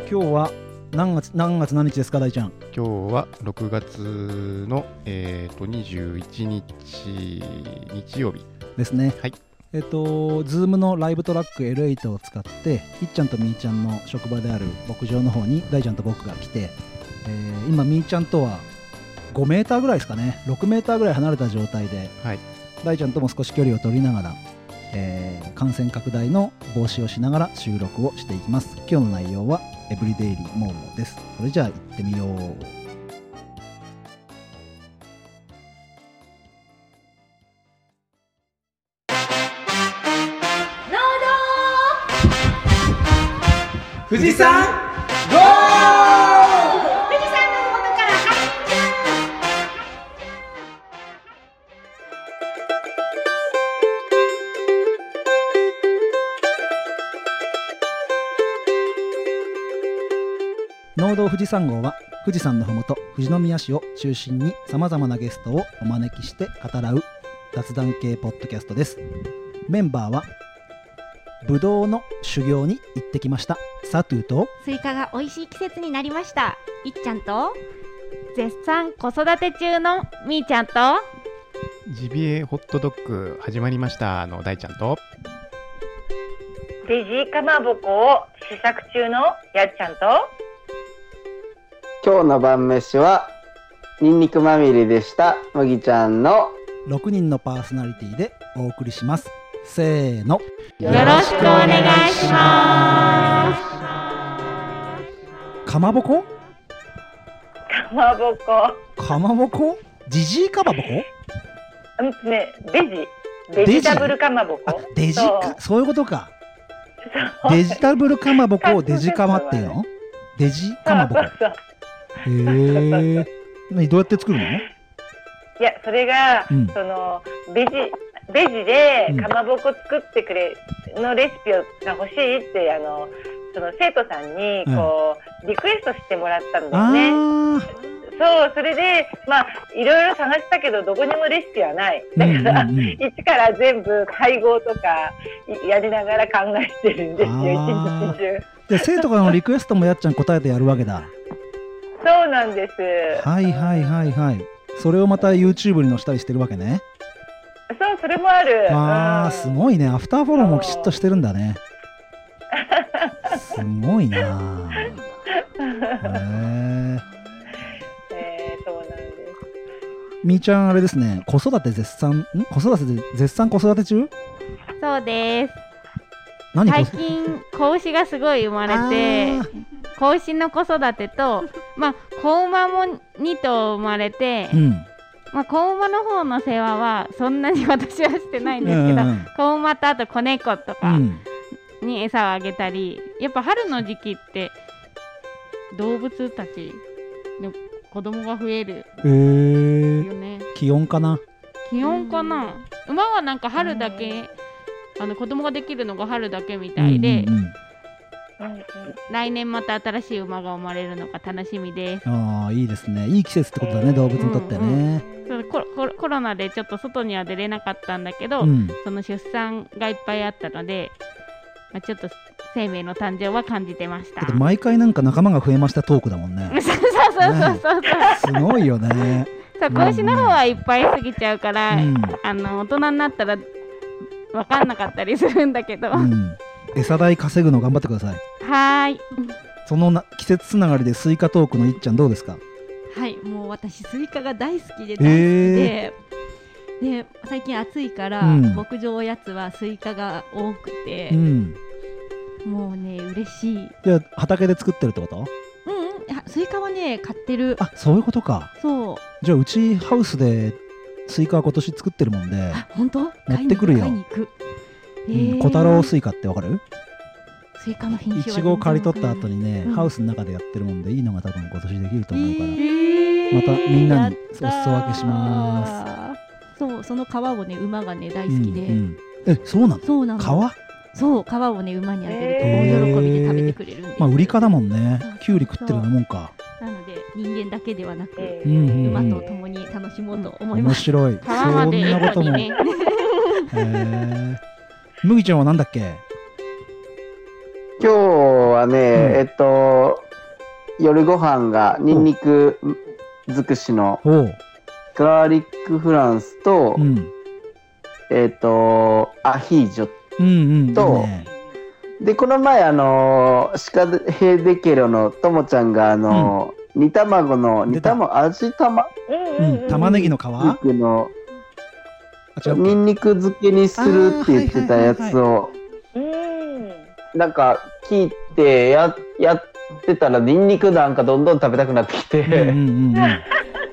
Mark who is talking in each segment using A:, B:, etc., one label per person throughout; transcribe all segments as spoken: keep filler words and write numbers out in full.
A: 今日は何月何月何日ですか、大ちゃん。
B: 今日はろくがつの、えー、とにじゅういちにち日曜日
A: ですね。
B: はい。
A: えっと Zoom のライブトラック エルエイト を使っていっちゃんとみーちゃんの職場である牧場の方に大ちゃんと僕が来て、えー、今みーちゃんとはごメーターぐらいですかね、ろくメーターぐらい離れた状態で、はい、大ちゃんとも少し距離を取りながら、えー、感染拡大の防止をしながら収録をしていきます。今日の内容はエブリデイリーモーモーです。それじゃあ行ってみよう。
C: 富士山ゴー！富士山の麓から発信中。
A: 農道富士山号は富士山のふもと富士宮市を中心にさまざまなゲストをお招きして語らう雑談系ポッドキャストです。メンバーはぶどうの修行に行ってきましたサトゥーと、
D: スイカが美味しい季節になりましたいっちゃんと、絶賛子育て中のみーちゃんと、
B: ジビエホットドッグ始まりましたの大ちゃんと、
E: ベジかまぼこを試作中のやっちゃんと、
F: 今日の晩飯はニンニクまみれでした麦ちゃんの
A: ろくにんのパーソナリティでお送りします。せーの、
D: よろしくお願いします。
A: かまぼこ
E: かまぼこ
A: かまぼこジジイかまぼこ
E: うんね、ベジベジタブルかまぼこ、
A: デジか、そういうことか。デジタブルかまぼこをデジかまっていうの？デジかまぼこ。
E: そうそう
A: そうへえ。どうやって作るの？
E: いや、それが、うん、そのベジベジでかまぼこ作ってくれのレシピが欲しいってあのその生徒さんにこう、うん、リクエストしてもらったんですね。そう、それでまあいろいろ探したけどどこにもレシピはない。だから、うんうんうん、一から全部配合とかやりながら考えてるんですよ、一日中。
A: で生徒からのリクエストもやっちゃん答えてやるわけだ。
E: そうなんです。
A: はいはいはいはい。それをまた YouTube に載せたりしてるわけね。
E: そう、それもある。
A: あー、うん、すごいね。アフターフォローもきちっとしてるんだね。すごいな。へー。
E: えー、そうなんです。
A: みーちゃんあれですね。子育て絶賛、ん？子育てで絶賛子育て中？
D: そうです。
A: 何？
D: 最近子牛がすごい生まれて、子牛の子育てと、まあ子馬もに頭生まれて。うん、まあ、子馬の方の世話はそんなに私はしてないんですけど、うんうん、子馬とあと子猫とかに餌をあげたり、やっぱ春の時期って動物たちの子供が増えるよね。
A: 気温かな
D: 気温かな。馬はなんか春だけ、あの子供ができるのが春だけみたいで、うんうんうん、来年また新しい馬が生まれるのが楽しみです。
A: ああ、いいですね。いい季節ってことだね、動物にとってね。
D: うんうん、コ, コ, コロナでちょっと外には出れなかったんだけど、うん、その出産がいっぱいあったので、まあ、ちょっと生命の誕生は感じてました。
A: だって毎回なんか仲間が増えましたトークだもんね。
D: そうそうそうそう、ね、
A: すごいよね。
D: そう、子牛の方はいっぱい過ぎちゃうから、うん、あの大人になったら分かんなかったりするんだけど、うん、
A: 餌代稼ぐの頑張ってください。
D: はーい。
A: そのな季節つながりでスイカトークのいっちゃんどうですか？
G: はい、もう私スイカが大好きで大好きで、えー、で最近暑いから、うん、牧場おやつはスイカが多くて、うん、もうね嬉しい。
A: じゃあ畑で作ってるってこと？
G: うんうん、スイカはね買ってる。
A: あ、そういうことか。
G: そう。
A: じゃあうちハウスでスイカは今年作ってるもんで、
G: あ、本当？
A: 持ってくるよ。
G: 買いに行く。
A: えーうん、小太郎スイカってわかる？
G: スイカの品種
A: いちごを刈り取った後にね、うん、ハウスの中でやってるもんでいいのが多分今年できると思うから、えー、またみんなにお裾分けします。
G: そう、その皮をね馬がね大好きで、うんうん、
A: え、そうなの？
G: そうなの。
A: 皮？
G: そう、皮をね馬にあげると大喜びで食べてくれるんです。
A: まあ売りかだもんね。キュウリ食ってるようなもんか。
G: なので人間だけではなく、えー、馬と共に楽しもうと思います。
A: 面白い。
D: 皮まで
A: そんなことも。へー。麦ちゃんはなんだっけ？
F: 今日はね、うん、えっと夜ご飯がニンニク尽くしのガーリックフランスと、うん、えっ、ー、とアヒージョと、うんうんね、でこの前あのシカヘデケロのともちゃんがあの、うん、煮卵の煮卵味玉、
A: うん、玉ねぎの皮
F: のニンニク漬けにするって言ってたやつをなんか聞いて や, やってたらニンニクなんかどんどん食べたくなってきて、うんうんうん、で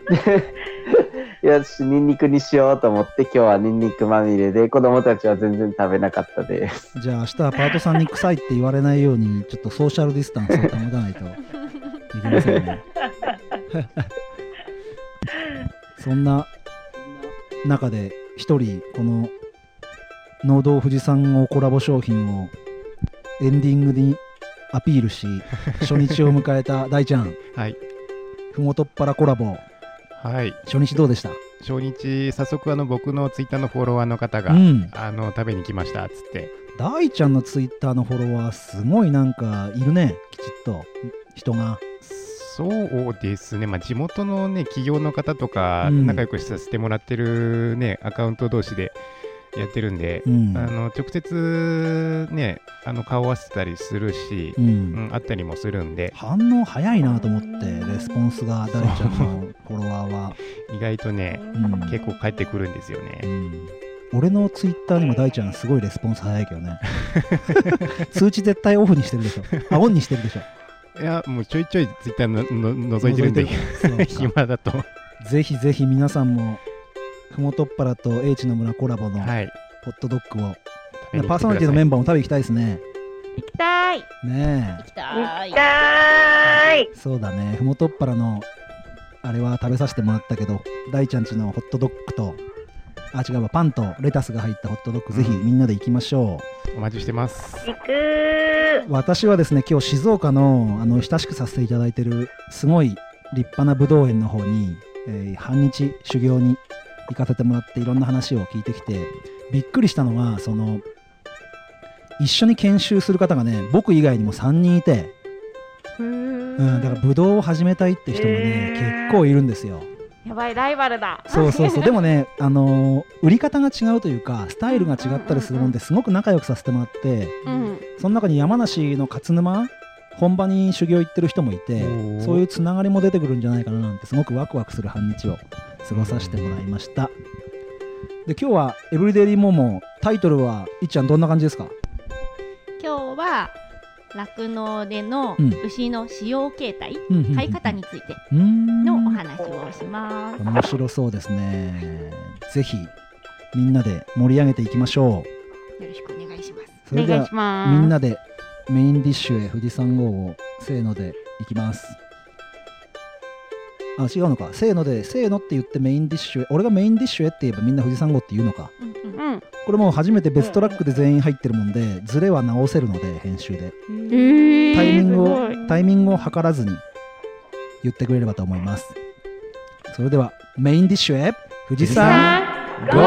F: よしニンニクにしようと思って今日はニンニクまみれで子供たちは全然食べなかったです。
A: じゃあ明日はパートさんに臭いって言われないようにちょっとソーシャルディスタンスを保たないといけませんねそんな中で一人この農道富士山号コラボ商品をエンディングにアピールし初日を迎えた大ちゃん、
B: はい、
A: ふもとっぱらコラボ、
B: はい、
A: 初日どうでした？
B: 初日早速あの僕のツイッターのフォロワーの方が、うん、あの食べに来ましたっつって。
A: 大ちゃんのツイッターのフォロワーすごいなんかいるね、きちっと人が。
B: そうですね、まあ、地元の、ね、企業の方とか仲良くさせてもらってる、ね、アカウント同士でやってるんで、うん、あの直接、ね、あの顔合わせたりするし、うんうん、会ったりもするんで
A: 反応早いなと思ってレスポンスが大ちゃんのフォロワーは
B: 意外とね、うん、結構返ってくるんですよね、うん、
A: 俺のツイッターにも大ちゃんすごいレスポンス早いけどね通知絶対オフにしてるでしょあオンにしてるでしょ。
B: いやもうちょいちょいツイッターのの覗いてるんで暇だと
A: ぜひぜひ皆さんもふもとっぱらと英知の村コラボのホットドッグを、はい、パーソナリティのメンバーも食べ行きたいですね。
D: 行きたい
A: ねえ
D: 行きたい
E: 行きたい。
A: そうだね、ふもとっぱらのあれは食べさせてもらったけど大ちゃんちのホットドッグとあ違うわパンとレタスが入ったホットドッグ、うん、ぜひみんなで行きましょ
B: う。お待ちしてます。
E: 行く。
A: 私はですね今日静岡 の, あの親しくさせていただいているすごい立派なぶどう園の方に、えー、半日修行に行かせてもらっていろんな話を聞いてきてびっくりしたのはその一緒に研修する方がね僕以外にもさんにんいて、うん、だからぶどうを始めたいって人もね結構いるんですよ。
D: やばいライバルだ。
A: そうそうそうでもね、あのー、売り方が違うというかスタイルが違ったりするもんですごく仲良くさせてもらって、うん、その中に山梨の勝沼本場に修行行ってる人もいてそういうつながりも出てくるんじゃないかななんてすごくワクワクする半日を過ごさせてもらいました。で今日はエブリデイリーモモタイトルはいっちゃんどんな感じですか？
G: 今日は酪農での牛の使用形態、うん、飼い方についてのお話をします。
A: 面白そうですね。ぜひみんなで盛り上げていきましょう。
G: よろしくお願いします。
A: それではみんなでメインディッシュへ富士山号をせーのでいきます。あ違うのかせーのでせーのって言ってメインディッシュへ俺がメインディッシュへって言えばみんな富士山号って言うのか、うんうん、これもう初めて別トラックで全員入ってるもんでズレは直せるので編集でタイミングをタイミングを測らずに言ってくれればと思います。それではメインディッシュへ富士山号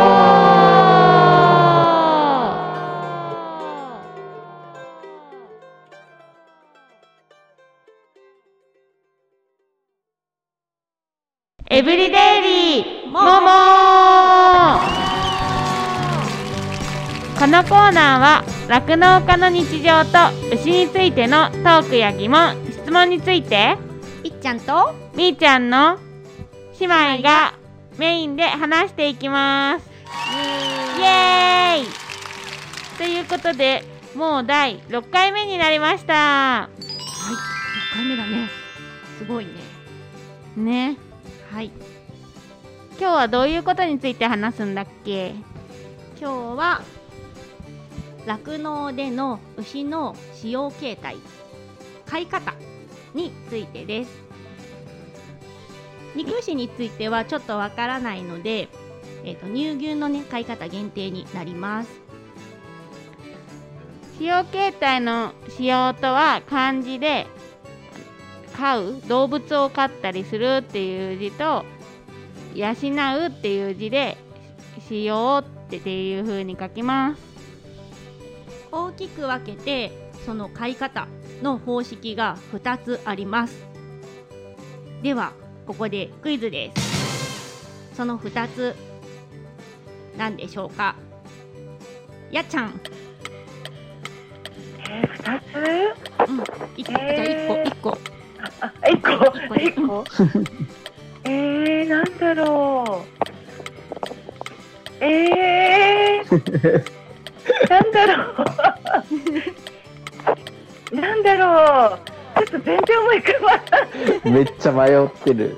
D: エブリデイリーモモこのコーナーは酪農家の日常と牛についてのトークや疑問質問について
G: いっちゃんと
D: みーちゃんの姉妹がメインで話していきます。イエーイということでもうだいろっかいめになりました。
G: はい、ろっかいめだね。すごいね。
D: ね。はい。今日はどういうことについて話すんだっけ？
G: 今日は酪農での牛の使用形態、飼い方についてです。肉牛についてはちょっとわからないので、えーと、乳牛のね飼い方限定になります。
D: 使用形態の使用とは漢字で飼う動物を飼ったりするっていう字と養うっていう字で使用っていう風に書きます。
G: 大きく分けてその飼い方の方式がふたつあります。 ではここでクイズです。そのふたつ何でしょうか。やっちゃん。
E: えー、ふたつ？
G: うん、いっこ、えー、じゃあいっこ、いっこ。
E: あ、あ、いっこ、いっこ。えー、なんだろう。えー、なんだろう。なんだろう。ちょっと全然思い浮かばない。
F: めっちゃ迷ってる。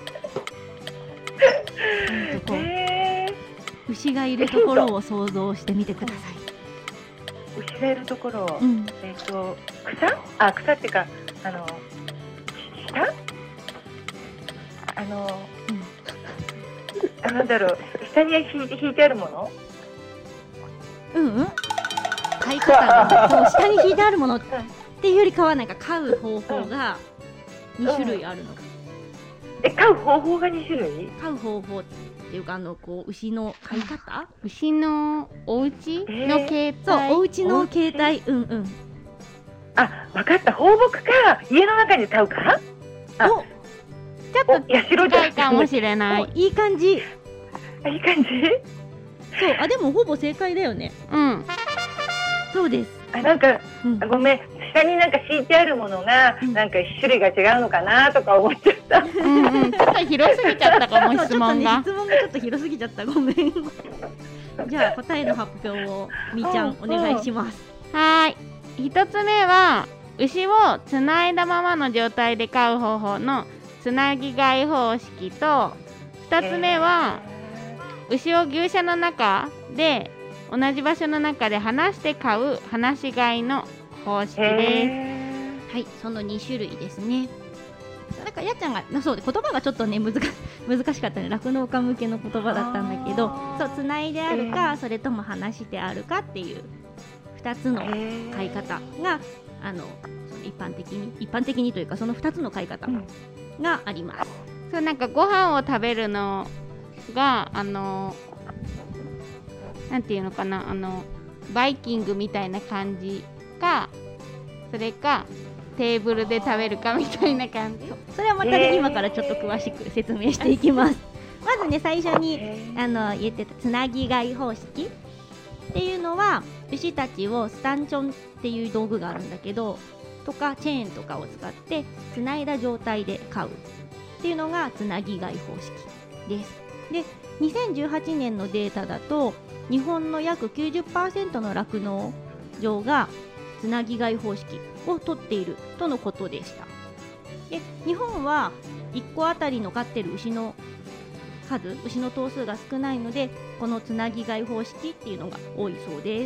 G: えー、牛がいるところを想像してみてください。
E: 牛がいるところ、
G: うん、
E: えっと草？あ、草っていうかあの下？あの、うん、あ、なんだろう、下に引いて引いてあるもの？
G: うんうん。買い方がそう下に引いてあるものっていうよりかはなんか買う方法がに種類あるの。うん、
E: え、買う方法がに種類？
G: 買う方法っていうかあのこう牛の飼い方？
D: 牛のお家の形態、
G: そう、お家の形態、うんうん。
E: あ、分かった。放牧か家の中に飼うか？あ、
D: ちょっと近いかもしれない。
G: いい感じ。
E: あ、いい感じ。
G: そう、あ、でもほぼ正解だよね。
D: うん。
G: そうです。
E: あ、なんか、うん、ごめん、下になんか敷いてあるものが、うん、なんか種類が違うのかなとか思っちゃった。
D: うんうん、ちょっと広すぎちゃったかも質問が。
G: 質問がちょっと広すぎちゃった。ごめん。じゃあ答えの発表をみーちゃんお願いします。
D: はい。一つ目は牛をつないだままの状態で飼う方法のつなぎ飼い方式と、二つ目は、えー、牛を牛舎の中で同じ場所の中で離して飼う放し飼いの方式です。
G: はい、そのに種類ですね。だからやっちゃんがそうで言葉がちょっとね難難しかったね。酪農家向けの言葉だったんだけど、そうつないであるか、えー、それとも離してあるかっていうふたつの飼い方が、あの一般的に一般的にというかそのふたつの飼い方があります。
D: うん、そうなんかご飯を食べるのがあのなんていうのかな、あのバイキングみたいな感じか、それかテーブルで食べるかみたいな感じ。
G: それはまた、ね、今からちょっと詳しく説明していきます。まずね、最初にあの言ってたつなぎ飼い方式っていうのは、牛たちをスタンチョンっていう道具があるんだけどとかチェーンとかを使ってつないだ状態で飼うっていうのがつなぎ飼い方式です。で、にせんじゅうはちねんのデータだと日本の約 きゅうじゅっパーセント の酪農場がつなぎ飼い方式をとっているとのことでした。で、日本はいっこあたりの飼ってる牛の数、牛の頭数が少ないので、このつなぎ飼い方式っていうのが多いそうです。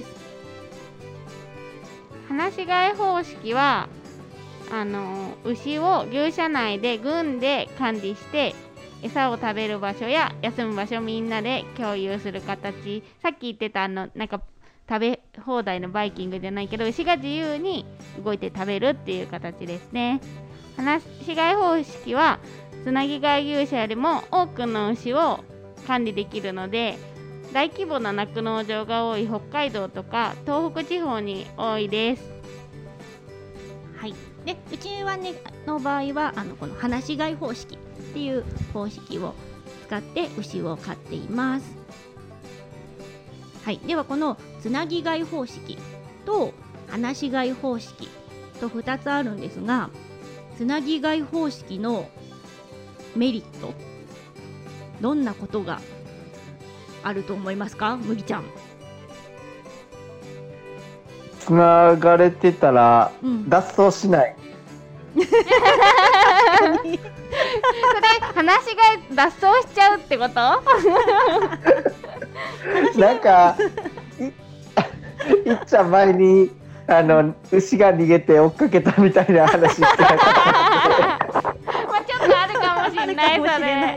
D: 放し飼い方式はあの牛を牛舎内で群で管理して餌を食べる場所や休む場所をみんなで共有する形。さっき言ってたあのなんか食べ放題のバイキングじゃないけど、牛が自由に動いて食べるっていう形ですね。放し飼い方式はつなぎ飼い牛舎よりも多くの牛を管理できるので、大規模な酪農場が多い北海道とか東北地方に多いです。
G: はい。で、うちはねの場合はあのこの放し飼い方式っていう方式を使って牛を飼っています。はい。ではこのつなぎ飼い方式と放し飼い方式とふたつあるんですが、つなぎ飼い方式のメリット、どんなことがあると思いますか、麦ちゃん。
F: つながれてたら脱走しない。
D: うん、それ話が脱走しちゃうってこと？
F: なんかい, いっちゃん前にあの牛が逃げて追っかけたみたいな話してなかった
D: まあちょっとあるかもしれないそれ。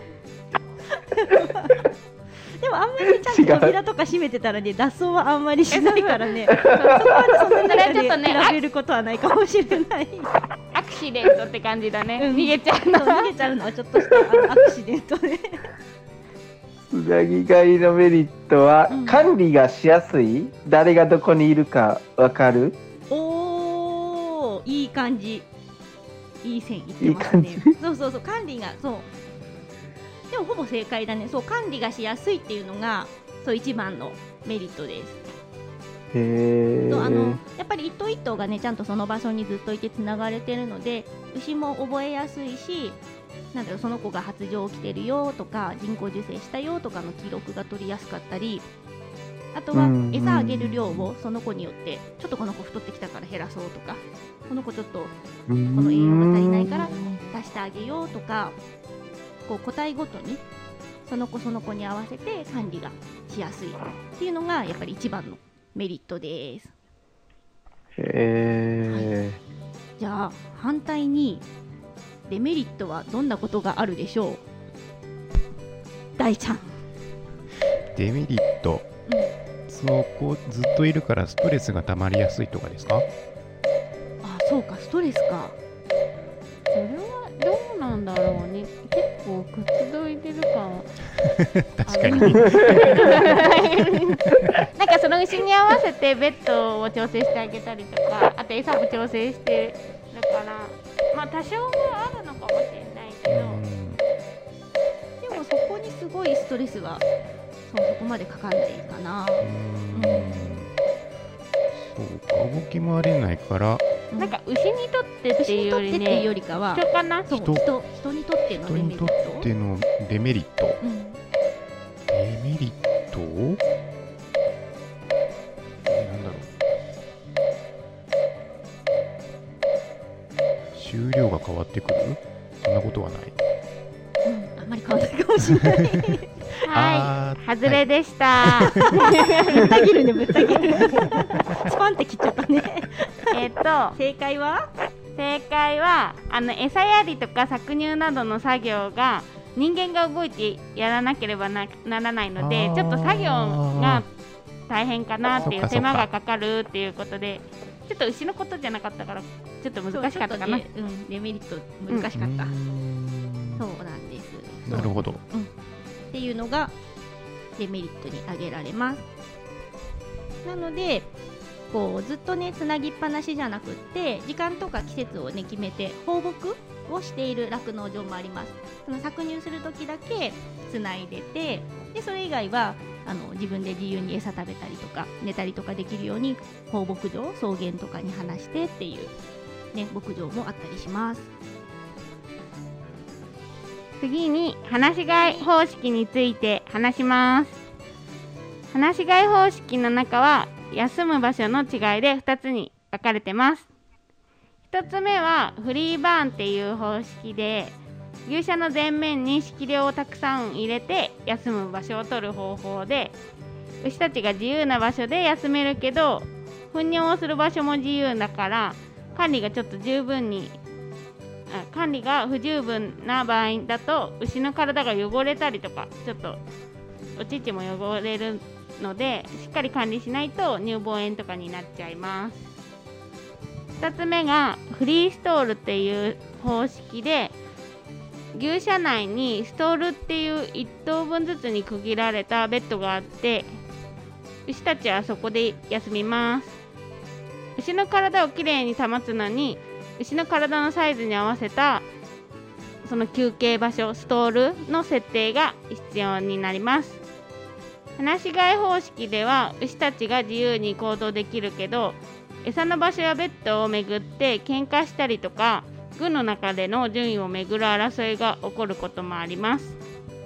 G: でもあんまりちゃんと扉とか閉めてたらね、脱走はあんまりしないからね。そこまでそんなにちょっとね比べることはないかもしれない。
D: アクシデントって感じだね。うん、逃げちゃうの。
G: 逃げちゃうのはちょっとしたあのアクシデントね。
F: つなぎ飼いのメリットは、うん、管理がしやすい。誰がどこにいるかわかる。
G: おー、いい感じ。 いい線いってますね。いいそうそうそう、管理がそうでもほぼ正解だね。そう管理がしやすいっていうのがそう一番のメリットです。
F: へー。
G: あのやっぱり一頭一頭がねちゃんとその場所にずっといてつながれてるので、牛も覚えやすいし、なんだろう、その子が発情起きてるよとか人工授精したよとかの記録が取りやすかったり、あとは餌あげる量をその子によってちょっとこの子太ってきたから減らそうとか、この子ちょっとこの栄養が足りないから出してあげようとか、こう個体ごとにその子その子に合わせて管理がしやすいっていうのがやっぱり一番のメリットです。
F: へー、はい、
G: じゃあ反対にデメリットはどんなことがあるでしょう。大ちゃん。
B: デメリット、うん、そこずっといるからストレスが溜まりやすいとかですか。
G: あ、そうか、ストレスか。
D: それはどうなんだろうね。結構くつろいでる感
B: 確かに
D: なんかその牛に合わせてベッドを調整してあげたりとか、あと餌も調整してるから、まあ多少はあるのかもしれないけど、
G: でもそこにすごいストレスはそうそこまでかかんないかな。うん、
B: そうか、動き回れないから、
D: うん、なんか牛にとってっていうよりね、
G: っていうよりかは
D: 人かな。
G: そう、人、人、人にとってのデメリット。
B: 人にとってのデメリット、うん、デメリット、えー、なんだろう、収量が変わってくる、そんなことはない。
G: うん、あんまり変わらないかもしれない
D: はい、外れでした。
G: ぶった切るね、ぶった切る。スパンって切っちゃったね。
D: えっと、
G: 正解は？
D: 正解は、あの餌やりとか搾乳などの作業が人間が動いてやらなければ な, ならないので、ちょっと作業が大変かなっていう、手間がかかるっていうことで、ちょっと牛のことじゃなかったからちょっと難しかったかな。
G: ね、うん、デメリット難しかった。うん、そうなんです。
B: なるほど。
G: うん、っていうのがデメリットに挙げられます。なのでこうずっとねつなぎっぱなしじゃなくって、時間とか季節をね決めて放牧をしている酪農場もあります。その搾乳する時だけつないでて、でそれ以外はあの自分で自由に餌食べたりとか寝たりとかできるように放牧場、草原とかに放してっていうね牧場もあったりします。
D: 次に放し飼い方式について話します。放し飼い方式の中は休む場所の違いでふたつに分かれてます。ひとつめはフリーバーンっていう方式で、牛舎の前面に飼料をたくさん入れて休む場所を取る方法で、牛たちが自由な場所で休めるけど糞尿をする場所も自由だから、管理がちょっと十分に管理が不十分な場合だと牛の体が汚れたりとか、ちょっとお乳も汚れるので、しっかり管理しないと乳房炎とかになっちゃいます。ふたつめがフリーストールっていう方式で、牛舎内にストールっていういっ頭分ずつに区切られたベッドがあって、牛たちはそこで休みます。牛の体をきれいに保つのに、牛の体のサイズに合わせたその休憩場所、ストールの設定が必要になります。放し飼い方式では牛たちが自由に行動できるけど、餌の場所やベッドをめぐって喧嘩したりとか、群の中での順位をめぐる争いが起こることもあります。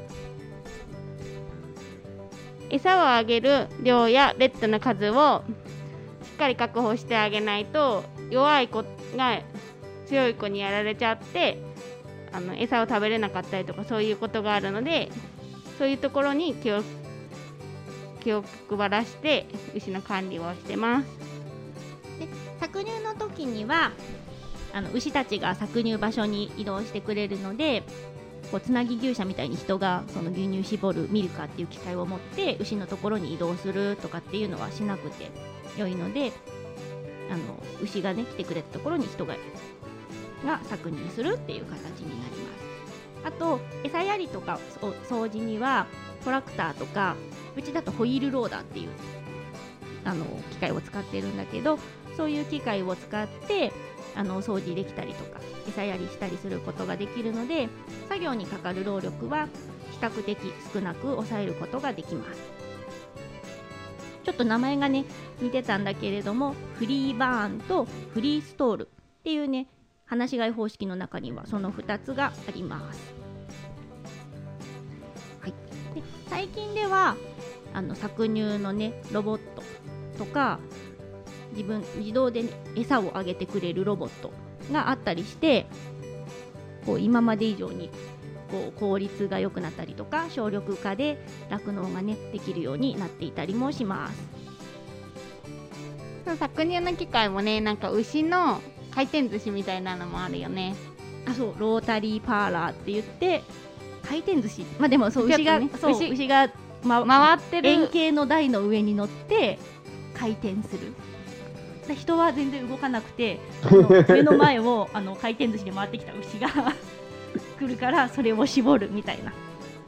D: 餌をあげる量やベッドの数をしっかり確保してあげないと、弱い子が強い子にやられちゃってあの餌を食べれなかったりとか、そういうことがあるので、そういうところに気を気を配らして牛の管理をしてます。
G: で搾乳の時にはあの牛たちが搾乳場所に移動してくれるので、こうつなぎ牛舎みたいに人がその牛乳絞るミルカーっていう機械を持って牛のところに移動するとかっていうのはしなくて良いので、あの牛がね来てくれたところに人がが搾乳するっていう形になります。あと餌やりとか掃除にはトラクターとか、うちだとホイールローダーっていうあの機械を使ってるんだけど、 そういう機械を使ってあの掃除できたりとか餌やりしたりすることができるので、作業にかかる労力は比較的少なく抑えることができます。ちょっと名前がね似てたんだけれども、フリーバーンとフリーストールっていうね放し飼い方式の中にはそのふたつがあります。はい、で最近ではあの搾乳のねロボットとか自分自動で、ね、餌をあげてくれるロボットがあったりして、こう今まで以上にこう効率が良くなったりとか省力化で酪農がねできるようになっていたりもします。
D: 搾乳の機械もね、なんか牛の回転寿司みたいなのもあるよね。
G: あ、そう、ロータリーパーラーって言って回転寿司、まあでもそう牛が、ね、そう 牛, 牛が、ま、回ってる円形の台の上に乗って回転する。人は全然動かなくて目の前をあの回転寿司で回ってきた牛が来るからそれを絞るみたいな。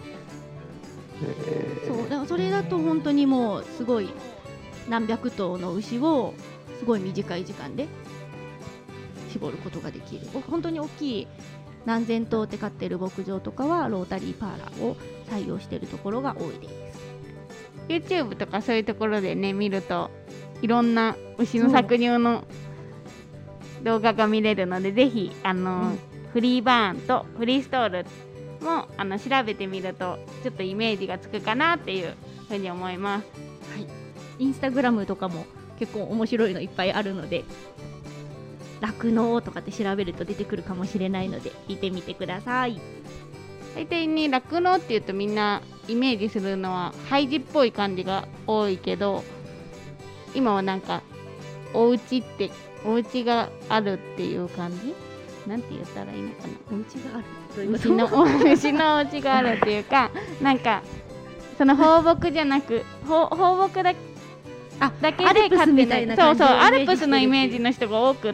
G: そうだからそれだと本当にもうすごい何百頭の牛をすごい短い時間で絞ることができる。本当に大きい何千頭って飼ってる牧場とかはロータリーパーラーを採用しているところが多いです。
D: YouTube とかそういうところでね見るといろんな牛の搾乳の動画が見れるので、ぜひあの、うん、フリーバーンとフリーストールもあの調べてみるとちょっとイメージがつくかなっていうふうに思います。
G: はい、インスタグラムとかも結構面白いのいっぱいあるので、酪農とかって調べると出てくるかもしれないので見てみてください。
D: 大体ね酪農っていうとみんなイメージするのはハイジっぽい感じが多いけど、今はなんかお家ってお家があるっていう感じなんて言ったらいいのかな。
G: お家がある
D: という牛の牛のお家があるっていうかなんかその放牧じゃなく放牧だあだけで飼ってない、そうそうアルプスのイメージの人が多くって、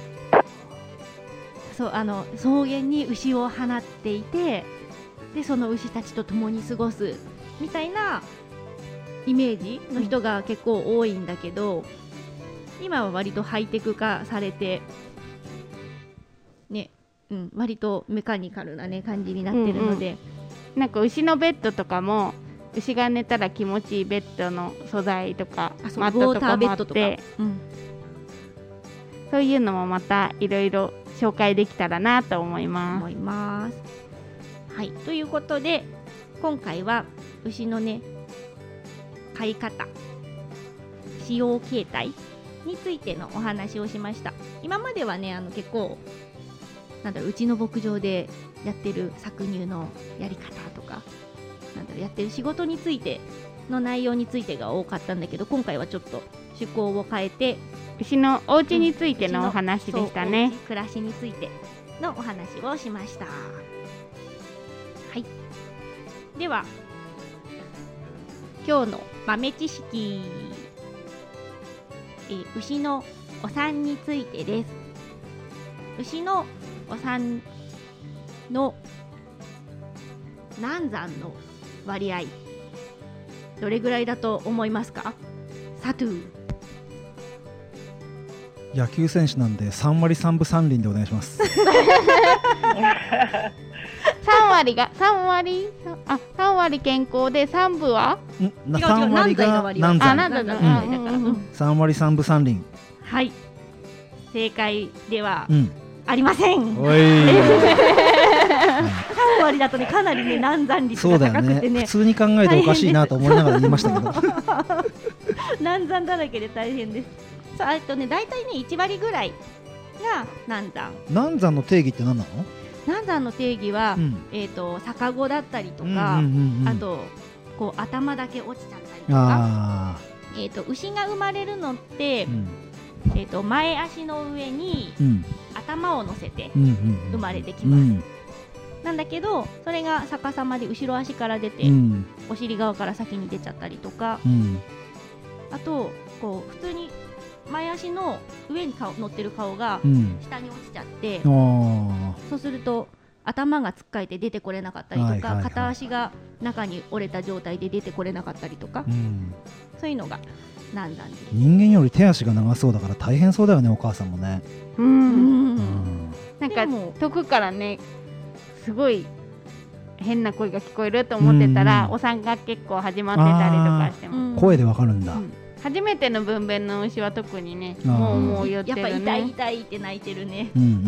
G: そうあの草原に牛を放っていて、でその牛たちと共に過ごすみたいなイメージの人が結構多いんだけど、うん、今は割とハイテク化されてね、うん、割とメカニカルな、ね、感じになってるので、
D: うんうん、なんか牛のベッドとかも牛が寝たら気持ちいいベッドの素材とかマットとかもあって、うん、そういうのもまたいろいろ紹介できたらなと思います。
G: 思います。はい、ということで今回は牛のね飼い方、使用形態についてのお話をしました。今まではねあの結構なんだろううちの牧場でやってる搾乳のやり方とかなんだろうやってる仕事についての内容についてが多かったんだけど、今回はちょっと趣向を変えて
D: 牛のお家についてのお話でしたね、
G: うん、暮らしについてのお話をしました。はい、では今日の豆知識、えー、牛のお産についてです。牛のお産の難産の割合どれぐらいだと思いますか？サトゥー。
A: 野球選手なんでさん割さんぶさん厘でお願いします
D: さん割がさん割あさん割健康でさんぶは
A: んさん割が難産、
G: あ、難産だから、うん、
A: さん割さんぶさん厘。
G: はい、正解では、うん、ありません。
A: おいさ
G: ん割だとねかなりね難産率が高くて ね,
A: そうだよね、普通に考えておかしいなと思いながら言いましたけど
G: 難産だらけで大変です。そうあとね大体ねいち割ぐらいが難産。
A: 難産の定義って何なの？
G: 難産の定義は、うん、えーと逆子だったりとか、うんうんうんうん、あとこう頭だけ落ちちゃったりとか、えーと牛が生まれるのって、うんえーと前足の上に頭を乗せて生まれてきます、うんうんうん、なんだけどそれが逆さまで後ろ足から出て、うん、お尻側から先に出ちゃったりとか、うん、あとこう普通に前足の上に顔乗ってる顔が下に落ちちゃって、うん、そうすると頭がつっかえて出てこれなかったりとか、はいはいはい、片足が中に折れた状態で出てこれなかったりとか、うん、そういうのがなんだんで
A: 人間より手足が長そうだから大変そうだよねお母さんもね。
D: うん、うん、なんか遠くからねすごい変な声が聞こえると思ってたら、うん、お産が結構始まってたりとかしても、
A: 声でわかるんだ、うん、
D: 初めての分娩の牛は特にねもうもう言ってるね。
G: やっぱ痛い痛いって泣いてるね、
A: うんうんうん、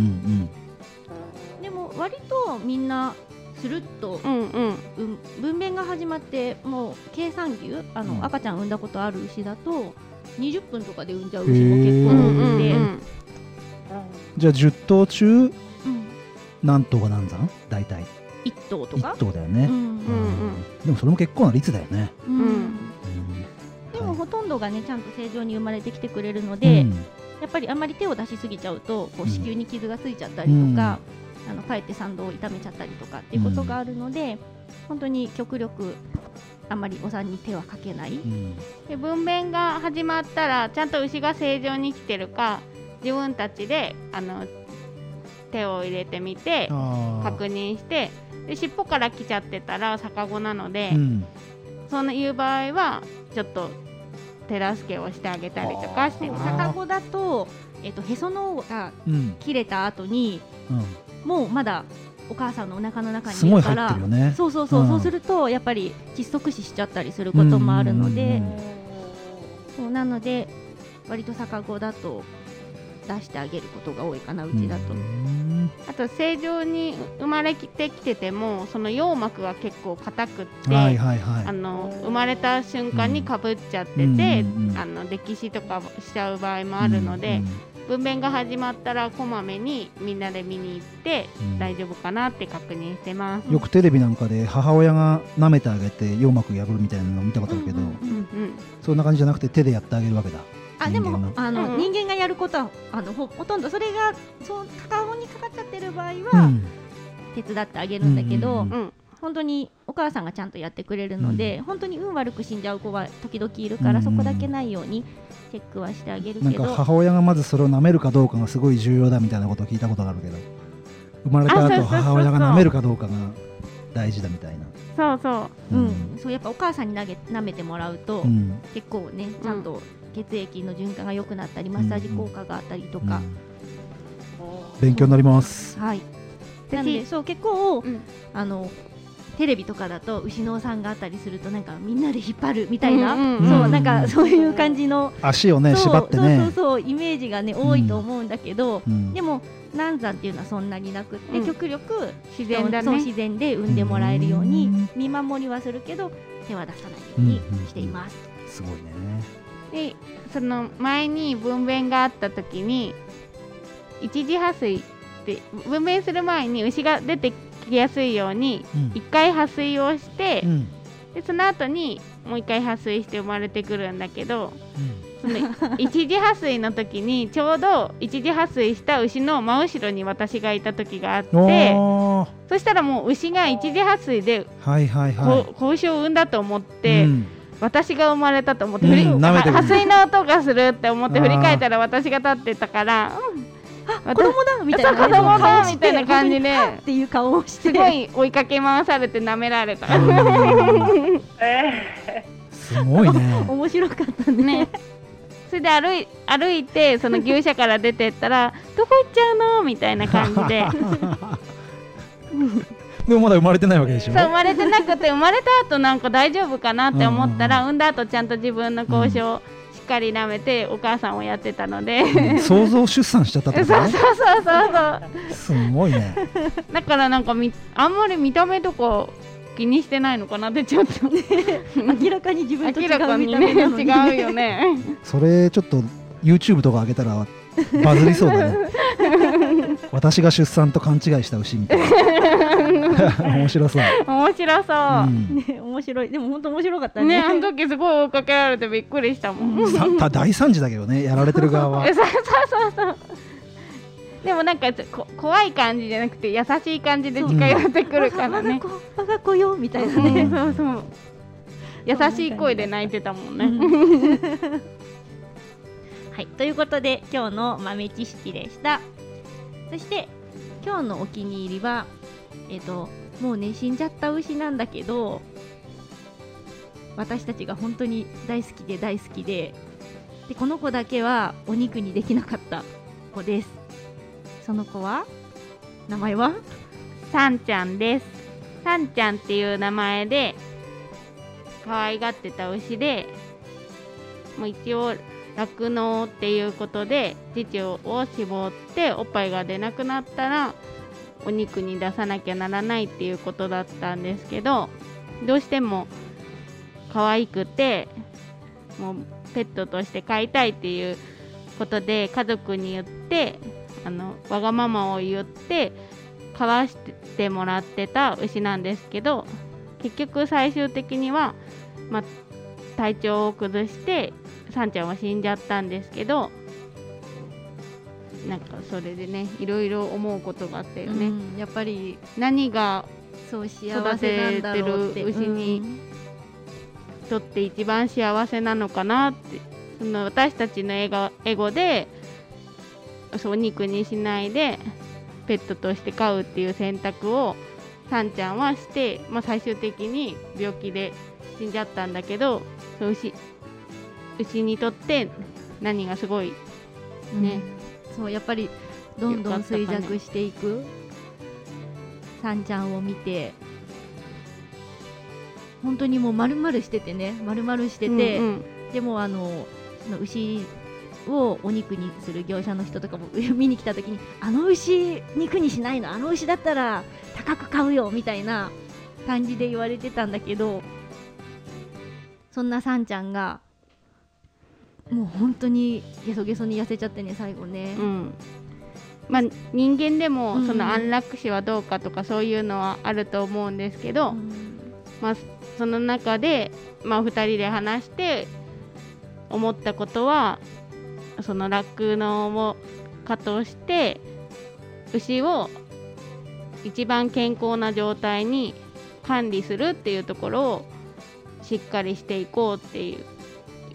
G: でも割とみんなスルッと、うんうん、分娩が始まってもう経産牛あの、うん、赤ちゃん産んだことある牛だとにじゅっぷんとかで産んじゃう牛も結構多くて、うんうんうん、
A: じゃあじゅっ頭中、うん、何頭が何産大体
G: いっ頭とか
A: いっ頭だよね、うんうんうん、でもそれも結構な率だよね、うんうん、
G: でもほとんどがねちゃんと正常に生まれてきてくれるので、うん、やっぱりあんまり手を出しすぎちゃうとこう子宮に傷がついちゃったりとか、うん、あのかえって産道を痛めちゃったりとかっていうことがあるので、うん、本当に極力あんまりお産に手はかけない、うん、
D: で分娩が始まったらちゃんと牛が正常に来てるか自分たちであの手を入れてみて確認してで尻尾から来ちゃってたら逆子なので、うん、そういう場合はちょっと手助けをしてあげたりとかしてます。
G: 逆子だと、えっと、へその緒が切れた後に、うん、もうまだお母さんのお腹の中にいるから、ね、そうそうそう、うん、そうするとやっぱり窒息死しちゃったりすることもあるので、そうなので割と逆子だと出してあげることが多いかなうちだと。
D: あと正常に生まれてきててもその羊膜が結構硬くって、
A: はいはいはい、
D: あの生まれた瞬間にかぶっちゃってて、うんうんうん、あの溺死とかしちゃう場合もあるので、うんうん、分娩が始まったらこまめにみんなで見に行って大丈夫かなって確認してます、
A: うん、よくテレビなんかで母親が舐めてあげて羊膜破るみたいなの見たことあるけど、うんうんうんうん、そんな感じじゃなくて手でやってあげるわけだ。
G: あでもあの、うん、人間がやることはあの ほ, ほとんどそれがそう片方にかかっちゃってる場合は、うん、手伝ってあげるんだけど、うんうんうん、本当にお母さんがちゃんとやってくれるので、うん、本当に運悪く死んじゃう子は時々いるから、うん、そこだけないようにチェックはしてあげるけど、
A: なんか母親がまずそれを舐めるかどうかがすごい重要だみたいなことを聞いたことがあるけど、生まれた後母親が舐めるかどうかが大事だみたいな。
D: そうそう、
G: うんうん、そうやっぱお母さんに投げ舐めてもらうと、うん、結構ねちゃんと血液の循環が良くなったりマッサージ効果があったりとか、
A: うんうん、勉強になります。
G: はい。なんでそう結構、うん、あのテレビとかだと牛のお産があったりするとなんかみんなで引っ張るみたいな、うんうん、そうなんかそういう感じの
A: 足をね縛ってね、
G: そうそうそうイメージがね多いと思うんだけど、うん、でも難産っていうのはそんなになくって、うん、極力自然だね、そう自然で産んでもらえるように見守りはするけど手は出さないようにしています。
A: うんうん、すごいね。
D: でその前に分娩があった時に一次破水って分娩する前に牛が出てきやすいようにいっかい破水をして、うん、でその後にもういっかい破水して生まれてくるんだけど、うん、その一次破水の時にちょうど一次破水した牛の真後ろに私がいた時があって、そしたらもう牛が一次破水で子牛を産んだと思って、うん、私が生まれたと思って、うん、破水の音がするって思って振り返ったら私が立ってたから、うん、
G: あ子供だみたいな、
D: 子供だみたいな感じで
G: っていう顔をして
D: すごい追いかけ回されて舐められた。
A: すごいね。
G: 面白かったね。
D: それで歩い、歩いてその牛舎から出てったらどこ行っちゃうのみたいな感じで。
A: でもまだ生まれてないわけでしょ。
D: そう生まれてなくて生まれた後なんか大丈夫かなって思ったら、産んだ後ちゃんと自分の子牛をしっかり舐めてお母さんをやってたので、
A: うん、想像出産しちゃったってことね。
D: そうそうそうそう
A: すごいね。
D: だからなんかみあんまり見た目とか気にしてないのかなってちょっと、ね、
G: 明らかに自分と違う見た目なのに、
D: ね、違うよね。
A: それちょっと YouTube とか上げたらバズりそうだね。私が出産と勘違いした牛みたいな。面白そう。
D: 面白そう、
G: うんね、面白い。でも本当面白かったね。
D: ね、あの時すごい追いかけられてびっくりしたもん。
A: さ大惨事だけどね、やられてる側は。
D: そうそうそうそう。でもなんかこ怖い感じじゃなくて優しい感じで近寄ってくるからね。
G: 我が子よみたいなね。
D: そうそう。優しい声で泣いてたもんね。
G: はい、ということで今日の豆知識でした。そして今日のお気に入りは、えーと、もうね死んじゃった牛なんだけど私たちが本当に大好きで大好きででこの子だけはお肉にできなかった子です。その子は名前は
D: さんちゃんです。さんちゃんっていう名前で可愛がってた牛で、もう一応酪農っていうことで乳を絞っておっぱいが出なくなったらお肉に出さなきゃならないっていうことだったんですけど、どうしても可愛くてもうペットとして飼いたいっていうことで家族に言ってあのわがままを言って飼わしてもらってた牛なんですけど、結局最終的には、まあ、体調を崩してさんちゃんは死んじゃったんですけど、なんかそれでねいろいろ思うことがあったよね、うん、
G: やっぱり
D: 何が
G: そう幸せなんだろうって
D: 育ててる牛にとって一番幸せなのかなって、その私たちのエゴ、エゴでそうお肉にしないでペットとして飼うっていう選択をさんちゃんはして、まあ、最終的に病気で死んじゃったんだけど、そう 牛, 牛にとって何がすごいね、
G: うん、そうやっぱりどんどん衰弱していくさんちゃんを見て本当にもう丸々しててね丸々してて、うんうん、でもあのその牛をお肉にする業者の人とかも見に来た時にあの牛肉にしないの、あの牛だったら高く買うよみたいな感じで言われてたんだけど、そんなさんちゃんがもう本当にゲソゲソに痩せちゃってね最後ね、うん、
D: まあ、人間でもその安楽死はどうかとかそういうのはあると思うんですけど、うん、まあ、その中で、まあ、ふたりで話して思ったことはその酪農を家として牛を一番健康な状態に管理するっていうところをしっかりしていこうっていう、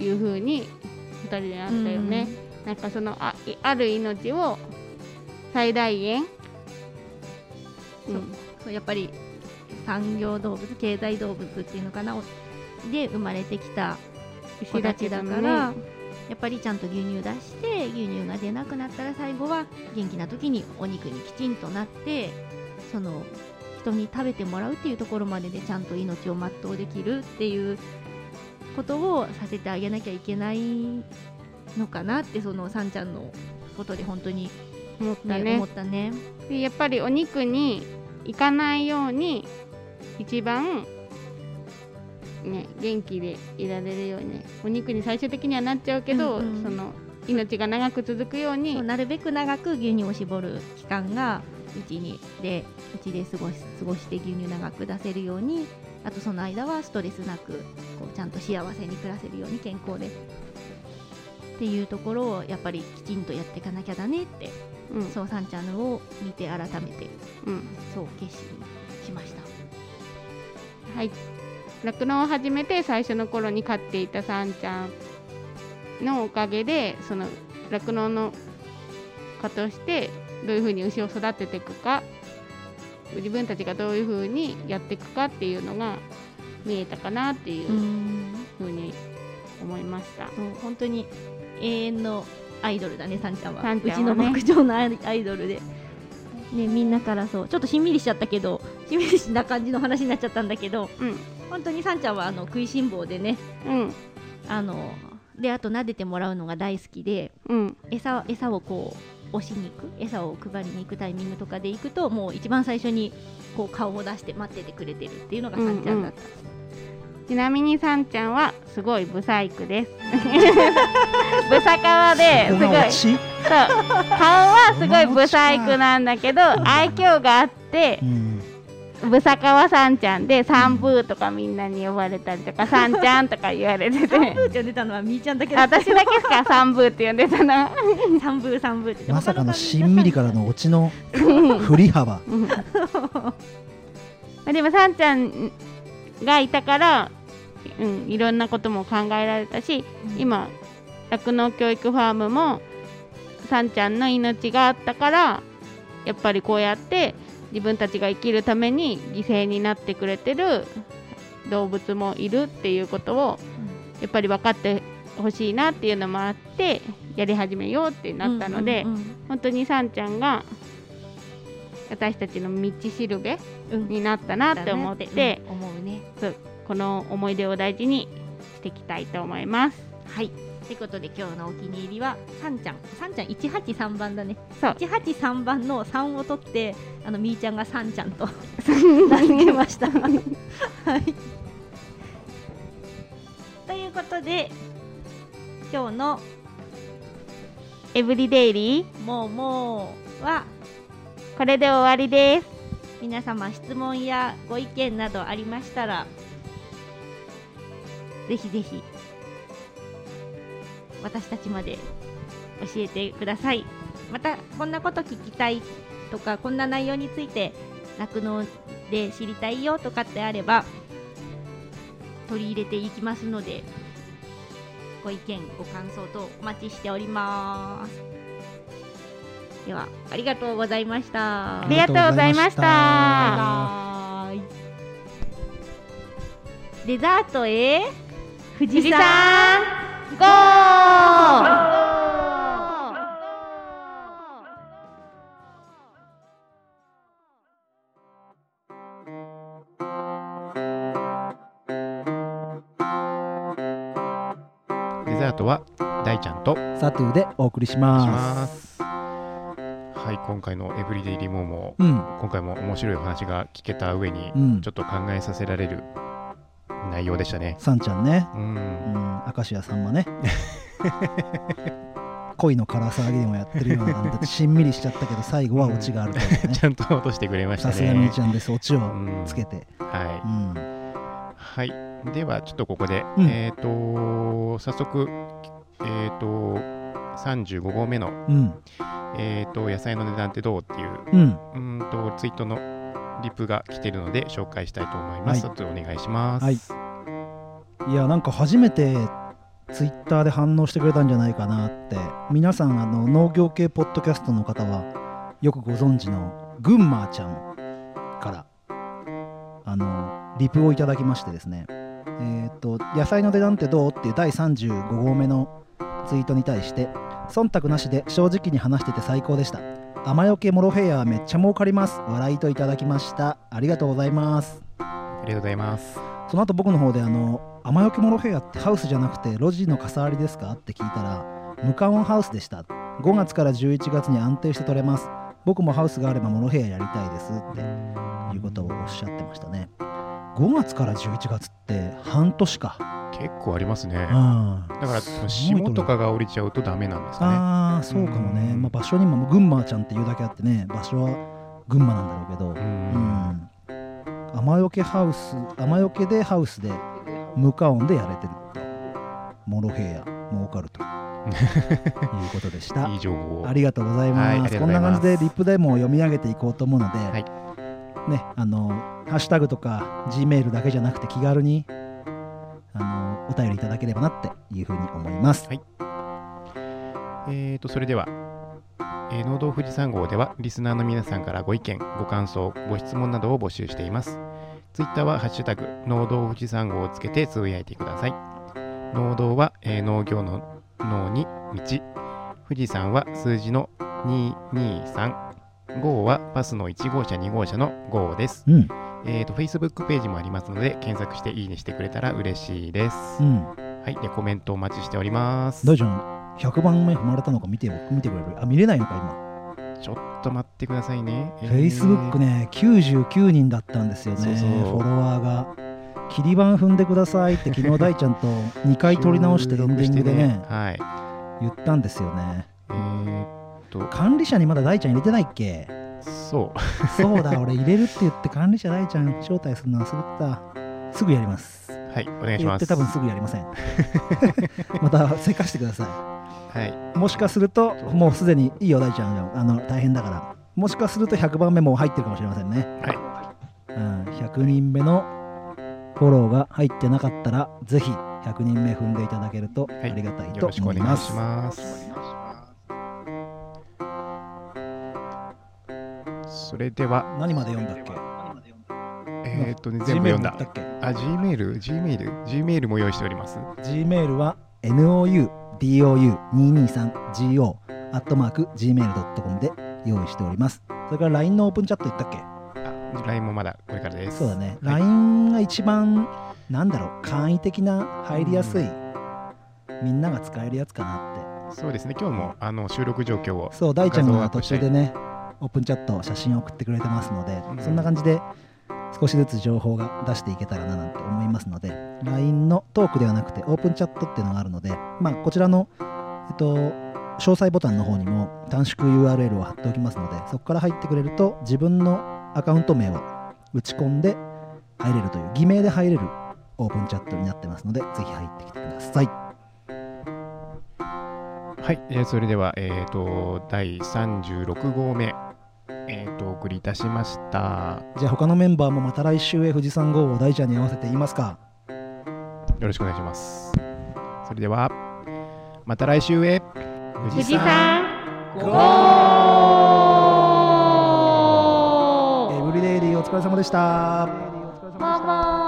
D: いう風にふたりでなったよね、うん、なんかその あ, ある命を最大限、
G: うん、そうそうやっぱり産業動物経済動物っていうのかなで生まれてきた子たちだから、やっぱりちゃんと牛乳出して牛乳が出なくなったら最後は元気な時にお肉にきちんとなってその人に食べてもらうっていうところまででちゃんと命を全うできるっていうことをさせてあげなきゃいけないのかなってそのさんちゃんのことで本当に
D: 思ったね。
G: 思ったね。
D: でやっぱりお肉に行かないように一番ね、元気でいられるように、ね、お肉に最終的にはなっちゃうけど、うんうん、その命が長く続くように
G: なるべく長く牛乳を絞る期間がうちにでうちで過ごし、過ごして牛乳長く出せるように、あとその間はストレスなくこうちゃんと幸せに暮らせるように健康でっていうところをやっぱりきちんとやっていかなきゃだねって、うん、そうさんちゃんを見て改めて、うん、そう決心しました。
D: はい、酪農を始めて最初の頃に飼っていたさんちゃんのおかげでその酪農の家としてどういうふうに牛を育てていくか、自分たちがどういうふうにやっていくかっていうのが見えたかなっていうふうに思いました。
G: そう本当に永遠のアイドルだねさんちゃんは。
D: さんちゃんはね、
G: うちの牧場のアイドルで、ね、みんなからそうちょっとしんみりしちゃったけどしんみりした感じの話になっちゃったんだけど、うん、本当にさんちゃんはあの食いしん坊でね、うん、あのであと撫でてもらうのが大好きで、うん、餌, 餌をこう押しに行く餌を配りに行くタイミングとかで行くともう一番最初にこう顔を出して待っててくれてるっていうのがさんちゃんだった、うん
D: うん、ちなみにさんちゃんはすごいブサイクですブサカワですごいそう顔はすごいブサイクなんだけど愛嬌があって、うんブサカワさんちゃんでサンブーとかみんなに呼ばれたりとか、うん、さんちゃんとか言われてて
G: サンブーって呼んでたのはみーちゃんだけだ
D: 私だけしかサンブーって呼んでたの
G: サンブーサンブーって
A: まさかのしんみりからのオチの振り幅
D: でもさんちゃんがいたから、うん、いろんなことも考えられたし、うん、今酪農教育ファームもさんちゃんの命があったからやっぱりこうやって自分たちが生きるために犠牲になってくれてる動物もいるっていうことをやっぱり分かってほしいなっていうのもあってやり始めようってなったので、うんうんうん、本当にさんちゃんが私たちの道しるべになったなって思って、うんねうん、思うね、そうこの思い出を大事にしていきたいと思います。
G: はいということで今日のお気に入りはさんちゃんさんちゃんいちはちさんばんだね。そういちはちさんばんのさんを取ってあのみーちゃんがさんちゃんと名付けました。はいということで今日の
D: エブリデイリ
G: ーもうもうは
D: これで終わりです。
G: 皆様質問やご意見などありましたらぜひぜひ私たちまで教えてください。またこんなこと聞きたいとかこんな内容について酪農で知りたいよとかってあれば取り入れていきますのでご意見ご感想等お待ちしております。ではありがとうございました。
D: ありがとうございました。
G: バイバイ。デザートへ富士山ゴー。
B: デザートは大ちゃんと
A: サトゥーでお送りします。
B: はい、今回のエブリデイリモーも、うん、今回も面白いお話が聞けた上に、うん、ちょっと考えさせられる内容でしたね。
A: さんちゃんね、うん、うん、明石家さんまね恋の唐騒ぎでもやってるような感じでしんみりしちゃったけど最後はオチがあるというね、
B: うん、ちゃんと落としてくれましたね。
A: さすがみーちゃんです。オチをつけて、
B: うん、はい、うん、はい。ではちょっとここで、うん、えっ、ー、と早速えっ、ー、とさんじゅうごごうめの、うん、えっ、ー、と野菜の値段ってどうっていう、うん、うんとツイートのリプが来ているので紹介したいと思います。はい、お願いします。はい、
A: いやなんか初めてツイッターで反応してくれたんじゃないかなって。皆さんあの農業系ポッドキャストの方はよくご存知のぐんまーちゃんからあのリプをいただきましてですね、えー、と野菜の値段ってどうっていうだいさんじゅうごごうめのツイートに対して忖度なしで正直に話してて最高でした。雨よけモロヘイヤーめっちゃ儲かります笑いといただきました。ありがとうございます。
B: ありがとうございます。
A: その後僕の方であの雨よけモロヘイヤーってハウスじゃなくて路地の傘ありですかって聞いたら無加温ハウスでした。ごがつからじゅういちがつに安定して取れます。僕もハウスがあればモロヘイヤーやりたいですっていうことをおっしゃってましたね。ごがつからじゅういちがつって半年か。
B: 結構ありますね。うん、だから霜とかが降りちゃうとダメなんですかね。
A: ああそうかもね。まあ、場所にも群馬ちゃんっていうだけあってね場所は群馬なんだろうけど、うん、雨よけハウス雨よけでハウスで無加温でやれてるってモロヘイヤー儲かるということでした。
B: いい情報
A: ありがとうございます。はい、こんな感じでリップでも読み上げていこうと思うので、はいね、あのハッシュタグとか G メールだけじゃなくて気軽にあのお便りいただければなっていうふうに思います。はい、
B: えーとそれでは、えー、農道富士山号ではリスナーの皆さんからご意見ご感想ご質問などを募集しています。ツイッターはハッシュタグ農道富士山号をつけてつぶやいてください。農道は、えー、農業の農に道、富士山は数字のににさん、号はパスのいちごうしゃにごうしゃの号です。うん、えーと Facebook ページもありますので検索していいねしてくれたら嬉しいです。うん、はい、でコメントお待ちしております。
A: 大ちゃんひゃくばんめ踏まれたのか見て見てくれる？あ、見れないのか今。
B: ちょっと待ってくださいね。
A: えー、Facebook ねきゅうじゅうきゅうにんだったんですよね。そうそうフォロワーが。切り板踏んでくださいって昨日大ちゃんとにかい撮り直してエンディングでね、はい、言ったんですよね。えー、っと管理者にまだ大ちゃん入れてないっけ？
B: そう
A: そうだ俺入れるって言って管理者大ちゃん招待するの忘れた。すぐやります。
B: はい、お願いします。
A: 言って多分すぐやりませんまたせかしてください。はい、もしかするともうすでにいいよ大ちゃんあの大変だからもしかするとひゃくばんめも入ってるかもしれませんね。はい、うん、ひゃくにんめのフォローが入ってなかったらぜひひゃくにんめ踏んでいただけるとありがたいと思います。
B: はい、よろしくお願いします。それでは
A: 何まで読んだっけ？
B: えーっとね全部読んだ。あ、G メール、G メール、G メールも用意しております。
A: G メールはノーユーディーオーユーにーにーさんジーオー アットマーク ジーメールドットコム で用意しております。それから ライン のオープンチャット言ったっけ？
B: あ、ライン もまだこれからです。
A: そうだね、はい、ライン が一番なんだろう、簡易的な入りやすい、みんなが使えるやつかなって。
B: そうですね、今日もあの収録状況を
A: そう大ちゃんが途中でねオープンチャット写真を送ってくれてますので、うん、そんな感じで少しずつ情報が出していけたらななんて思いますので、 ライン のトークではなくてオープンチャットっていうのがあるので、まあ、こちらの、えっと、詳細ボタンの方にも短縮 ユーアールエル を貼っておきますので、そこから入ってくれると自分のアカウント名を打ち込んで入れるという偽名で入れるオープンチャットになってますので、ぜひ入ってきてください。
B: はい、えー、それでは、えー、とだいさんじゅうろくごうめ、えー、とお送りいたしました。
A: じゃあ他のメンバーもまた来週へ富士山号を大ちゃんに合わせて言いますか。
B: よろしくお願いします。それではまた来週へ
D: 富士山号。
A: エブリデイリーお疲れ様でした。
D: ママ